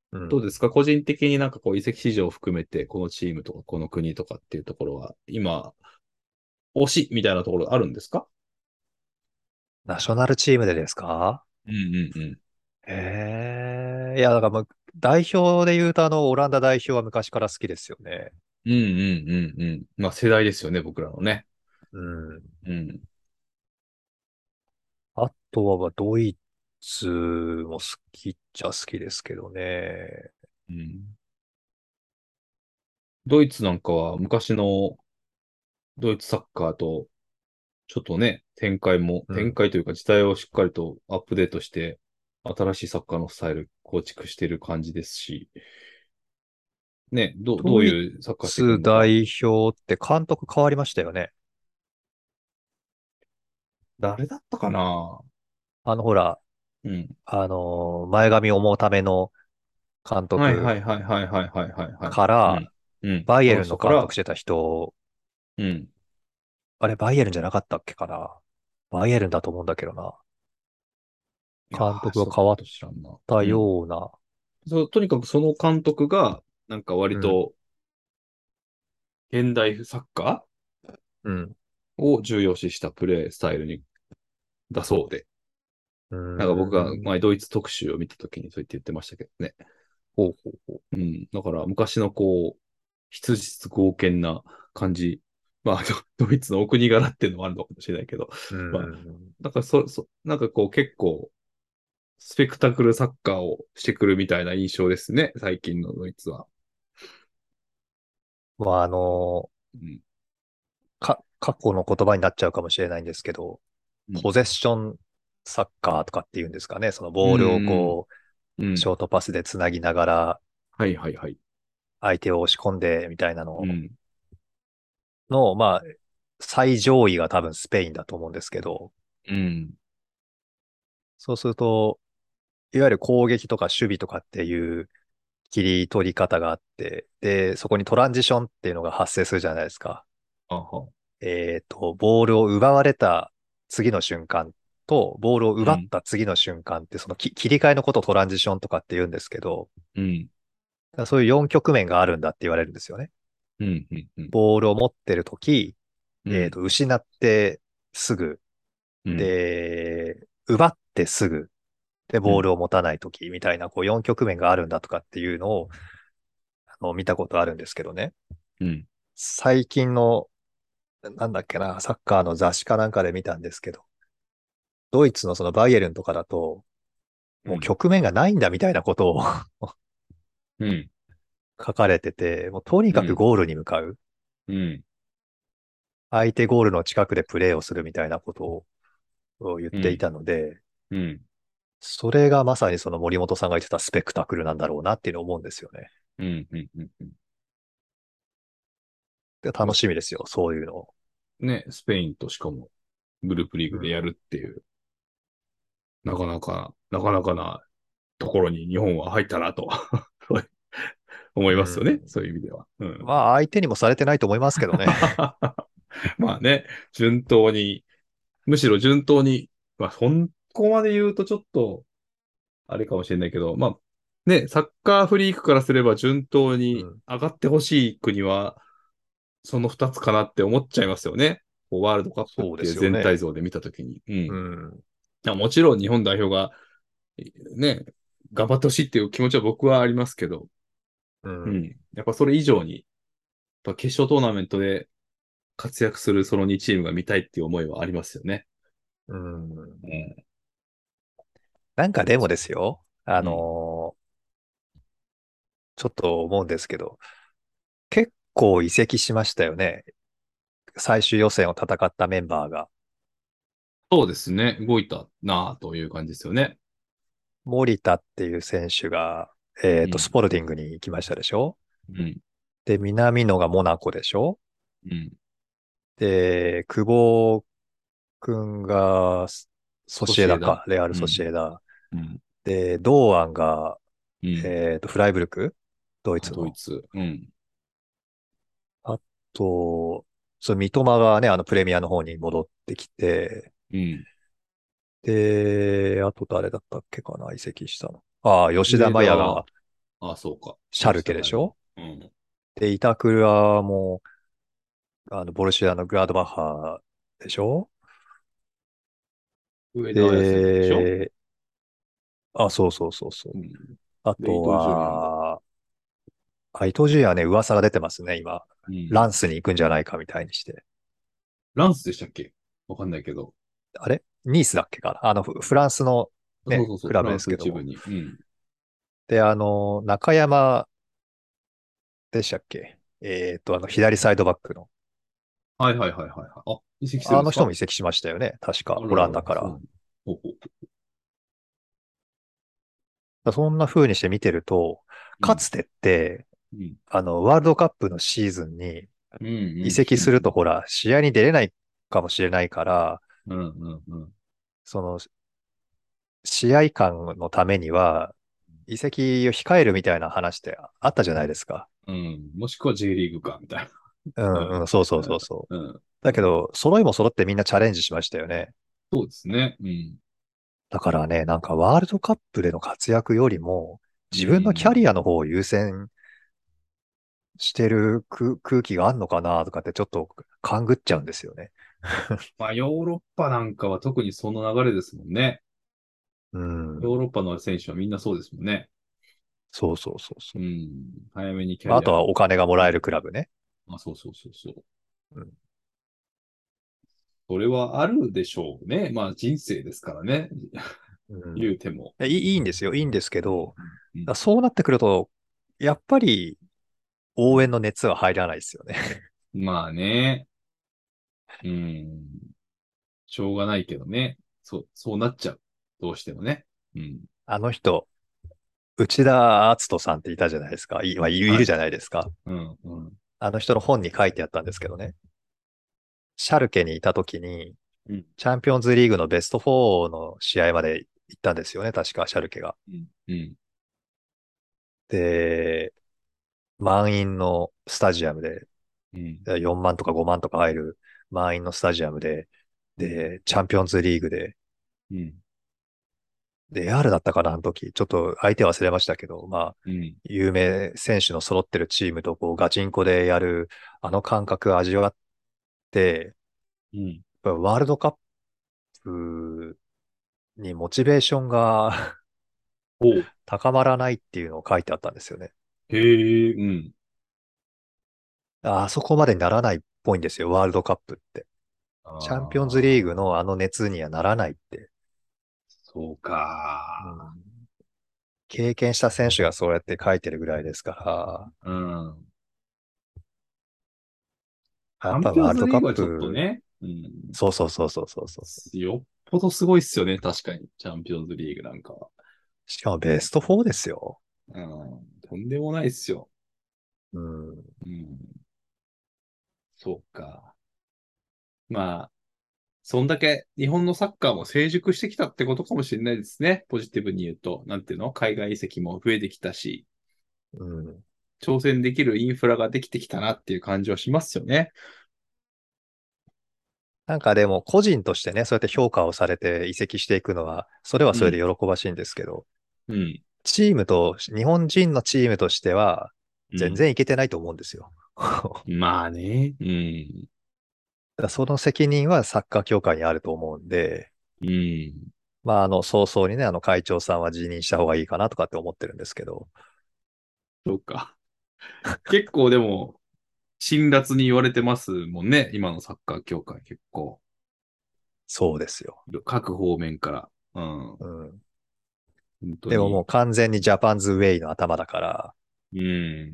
うん。 どうですか個人的になんかこう移籍市場を含めて、このチームとかこの国とかっていうところは、今、推しみたいなところあるんですか？ ナショナルチームでですか？ うんうんうん。 いや、だからもう、代表で言うとオランダ代表は昔から好きですよね。 うんうんうんうん。まあ世代ですよね、僕らのね。 うん。 うん。 あとは、ドイツも好きっちゃ好きですけどね。 うん。ドイツなんかは昔のドイツサッカーとちょっとね、 うん。 展開というか時代をしっかりとアップデートして、新しいサッカーのスタイル構築している感じですし、ね、どうドイいうサッカーしてくれツるのか。 代表って監督変わりましたよね。 誰だったかな？ ほら、 うん。 前髪重ための監督はいはいはいはいはいはいはいはい。 から、 うん。うん。 バイエこのルンの監督人から、 してた人、 うん。 あれ、バイエルンじゃなかったっけかな。バイエルンだと思うんだけどな。 いやー、 監督ちょっが変わっと知らんな。 たうん。 ような。 とにかくその監督が、なんかうん。 割と現代サッカうん。 ーを重要視したプレースタイルにだそうで。 うーなんか僕がん。 前ドイツ特集を見たときにそう言ってましたけどね。 ほうほうほうん。だから昔のこう、質実剛健な感じ。まあ、ドイツのお国柄っていうのもあるのかもしれないけど。 う。うまあ、 ん。 なんかなんかこう結構、スペクタクルサッカーをしてくるみたいな印象ですね。最近のドイツは。 まあ、 うん。 過去の言葉になっちゃうかもしれないんですけど、 うん。 ポゼッションサッカーとかっていうんですかね。そのうボールをん。 こう、シうん。 ョートパスでつなぎながら、 はいはいはい。 相手を押し込んでみたいなのうん。 の、まあ、最上位が多分スペインだと思うんですけど、 うん。 そうすると、いわゆる攻撃とか守備とかっていう切り取り方があって、で、そこにトランジションっていうのが発生するじゃないですか。 あは。 ボールを奪われた次の瞬間と、ボールを奪っうん。 た次の瞬間って、その切り替えのことをトランジションとかって言うんですけど、 うん。 だからそういう4局面があるんだって言われるんですよね。 うん。うん。うん。 ボールを持ってるとき、 うん。 失ってすぐ、 うん。 で、奪ってすぐ、で、 うん。 ボールを持たないときみたいな、こう4局面があるんだとかっていうのを、見たことあるんですけどね。 うん。 最近の、なんだっけな、サッカーの雑誌かなんかで見たんですけど、ドイツのそのバイエルンとかだと、もううん。 局面がないんだみたいなことをうん。 書かれてて、もうとにうん。 かくゴールに向かう。 うん。 相手ゴールの近くでプレーをするみたいなことを言っうん。 ていたので、 うん。 それがまさにその森本さんが言ってたスペクタクルなんだろうなっていうのを思うんですよね。 うん。うん。うん。うん。 で、楽しみですよ、そういうのを。 ね、スペインとしかもグループリーうん。 グでやるっていう、なかなかなところに日本は入ったなとそう思いうますよね。 ん。 そういう意味では。うん。 まあ、相手にもされてないと思いますけどね。 まあね、順当に、むしろ順当に、まあ、ここまで言うとちょっと、あれかもしれないけど、まあ、ね、サッカーフリークからすれば順当にうん。 上がってほしい国は、その二つかなって思っちゃいますよね。こうワールドカップっそうでていう全すよね。 体像で見たときに。うん。 ういん。 やもちろん日本代表が、ね、頑張ってほしいっていう気持ちは僕はありますけど、 うん。 うん。やっぱそれ以上に、やっぱ決勝トーナメントで活躍するその2チームが見たいっていう思いはありますよね。 うん。 うん。 なんかでもですよ。 うん。 ちょっと思うんですけど、結構移籍しましたよね。最終予選を戦ったメンバーが。 そうですね。動いたなあという感じですよね。 森田っていう選手が、スうん。 ポルティングに行きましたでしょ？ うん。 で、南野がモナコでしょ？ うん。 で、久保くんがソソシエダ。 シエダか、レアルソシうん。 エダ。 うん。 で、堂安が、 うん。 フライブルクドイあ、 ツの。 ドイツ。うん。 あと、三笘がね、プレミアの方に戻ってきて、 うん。 で、あと誰だったっけかな、移籍したの。ああ、吉田麻上田、 也があ、そうか。 シャルそうしたらね。 ケでしょ？ うん。 で、板倉も、ボルシアのグラードバッハでしょ？ 上田綺世でしょ？ で、あ、そうそうそうそう。 うん。で、伊あと東純也も。 は、伊東純也はね、噂が出てますね、今。 うん。 ランスに行くんじゃないかみたいにして。 ランスでしたっけ？わかんないけど。 あれニースだっけかな、フランスのね、 そうそうそう。 クラブフランスですけども。 一部に。うん。 で、中山でしたっけ？左サイドバックの。 はいはいはいはい。あ、移籍するんあのですか？ 人も移籍しましたよね。確か、オランあららら、 ダから。 そう。ほうほう。 そんな風にして見てると、 うん。 かつてって、 うん。 ワールドカップのシーズンにうん移籍すると、 うん。 ほら、試合に出れないかもしれないから、 うんうんうん。 その、試合感のためには、移籍を控えるみたいな話ってあったじゃないですか。 うん。もしくは J リーグか、みたいな。うん。 うんうん、そうそううん。 そうそう。 うん。 だけど、揃いも揃ってみんなチャレンジしましたよね。 そうですね。うん。 だからね、なんかワールドカップでの活躍よりも、 う自分のキャリん。 アの方を優先してる空気があんのかなとかってちょっと勘ぐっちゃうんですよね。 まあ、ヨーロッパなんかは特にその流れですもんね。 うん。 ヨーロッパの選手はみんなそうですもんね。 そうそうそうそう。 うん。早めにキャまあ、あリアを。 とはお金がもらえるうん。 クラブね。 まあ、そうそうそうそう。 うん。 それはあるでしょうね。まあ、人生ですからね。 うん。 言うても。 いいんですよ。いいんですけうん。 ど、 うん。 そうなってくると、やっぱり応援の熱は入らないですよね。 まあね。うん。しょうがないけどね。そうなっちゃう。どうしてもね。うん。 あの人、内田篤人さんっていたじゃないですか。いはい。 るじゃないですか。 うん、うん、 あの人の本に書いてあったんですけどね。シャルケにいた時に、 うん、 チャンピオンズリーグのベスト4の試合まで行ったんですよね。確か、シャルケが。 うん、うん、 で、満員のスタジアムで、 うん、 4万とか5万とか入る満員のスタジアムで、 うん、 で、チャンピオンズリーグで、 うん、 で、R だったかな、あの時。ちょっと相手忘れましたけど、まあ、 うん、 有名選手の揃ってるチームとこうガチンコでやる、あの感覚を味わって、 うん。 やっぱワールドカップにモチベーションがおう。 高まらないっていうのを書いてあったんですよね。 へえ、うん。 あそこまでにならないっぽいんですよ、ワールドカップって。チャンピオンズリーグああ、 のあの熱にはならないって。 そううか。 ん、経験した選手がそうやって書いてるぐらいですかうん。 ら、やチャンピオンっぱワールドカッズリーグはちょっとプ、 ね、うん。 そうそうそうそうそうそう。 よっぽどすごいっすよね。確かに。チャンピオンズリーグなんかは。 しかもベスト4ですよ。 うん。とんでもないっすよ。 うん。 うん。そうか。まあ、そんだけ日本のサッカーも成熟してきたってことかもしれないですね。ポジティブに言うと。なんていうの？海外移籍も増えてきたし、 うん。 挑戦できるインフラができてきたなっていう感じはしますよね。 なんかでも個人としてね、そうやって評価をされて移籍していくのは、それはそれでうん。 喜ばしいんですけど、 うん。 日本人のチームとしては、 うん。 全然いけてないと思うんですよ。 まあね。うん。 だからその責任はサッカー協会にあると思うんで、 うん。 まあ、早々にね、会長さんは辞任した方がいいかなとかって思ってるんですけど、 そうか。結構でも、辛辣に言われてますもんね。今のサッカー協会結構。 そうですよ。 各方面から。うん。 うん。 本当に。 でももう完全にジャパンズウェイの頭だから、 うん。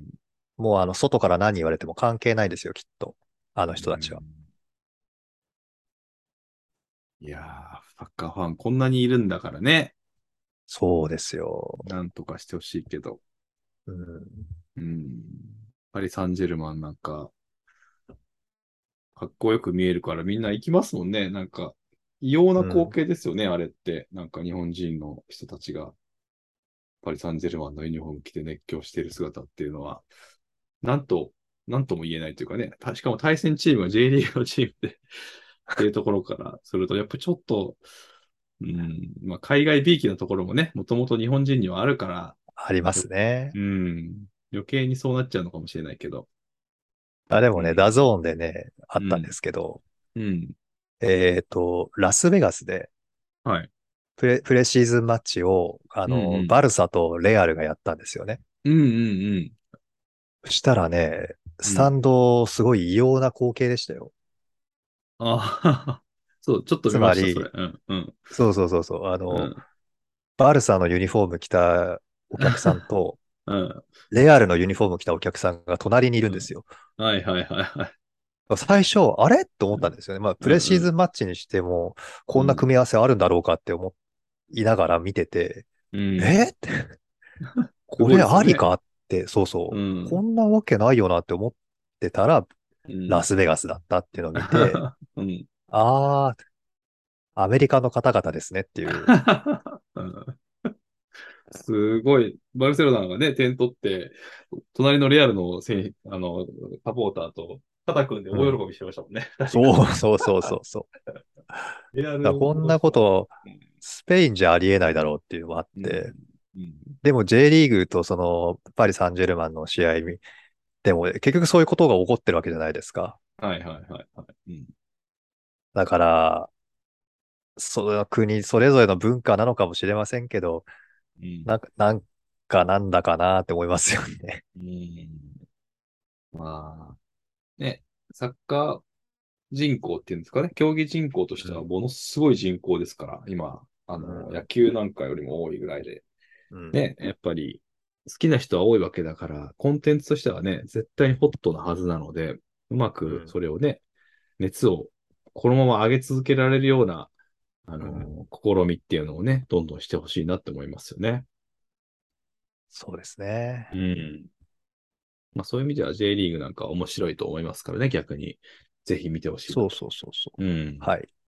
もう外から何言われても関係ないですよ、きっと。あのう人たちは。 ん。いやー、サッカーファンこんなにいるんだからね。 そうですよ。 なんとかしてほしいけど。 うん。 うん。パリ・サンジェルマンなんか、かっこよく見えるからみんな行きますもんね。なんか、異様な光うん。 景ですよね、あれって。なんか日本人の人たちがパリ・サンジェルマンのユニフォーム着て熱狂している姿っていうのは、なんと、なんとも言えないというかね。しかも対戦チームが J リーグのチームでっていうところからすると、やっぱちょっと、うん、まあ、海外びいきなところもね、もともと日本人にはあるから、 ありまよすね。 うん。余計にそうなっちゃうのかもしれないけど。 あ、でもね、 うん。 ダゾーンでね、あったんでうん。 すけど、 うん。 ラスベガスではい。 プレシーズンマッチを、 うんうん。 バルサとレアルがやったんですよね。 うんうんそしたらね、 うん。うん。 スタンド、すごい異様な光景でしたよ。 あはは。そう、ちょっとつ見ました、それ。 まり、 うん。うん。 そうそうそうそう、 うん。 バルサのユニフォーム着たお客さんと、 うん。 レアルのユニフォーム着たお客さんが隣にいるうん。 んですよ。 はいはいはいはい。 最初、あれと思うん。 ったんですよね。まあ、プうん。 レシーうん。 ズンマッチにしても、こんな組うん。 み合わせあるんだろうかって思いながら見てて、 うん。 えって、 すごいこれですよね。 ありかって、そうそう、こうん。 んなわけないよなって思ってたら、 うん。 ラスベガスだったっていうのを見て、 うん。 あー、アメリカの方々ですねっていう。 うんすごい、バルセロナがね、点取って、隣のレアルのサポーターと肩組んでうん。 大喜びしてましたもんね。二人が。 そうそうそうそうそう。 レアルだからこんの人はもなこと、 う、 スペインじゃありえないだろうっていうのもあっうん、 て、 うん、 でも J リーグとそのパリ・サンジェルマンの試合でも結局そういうことが起こってるわけじゃないですか。 はいはいはいはい。うん、 だから、その国それぞれの文化なのかもしれませんけど、 うん、 なんだかなって思いますよね。 うん。まあ、ね、サッカー人口っていうんですかね、競技人口としてはうん。 ものすごい人口ですから、今、野うん。 球なんかよりも多いぐらいで。 うん。 ね、やっぱり好きな人は多いわけだから、コンテンツとしてはね、絶対にホットなはずなので、うまくうん。 それをね、熱をこのまま上げ続けられるような、 うん。 試みっていうのをね、どんどんしてほしいなって思いますよね。 そうですね。 うん。まあそういう意味では J リーグなんか面白いと思いますからね、逆に。ぜひ見てほしいなと。 そうそうそうそう。 うん。 はい。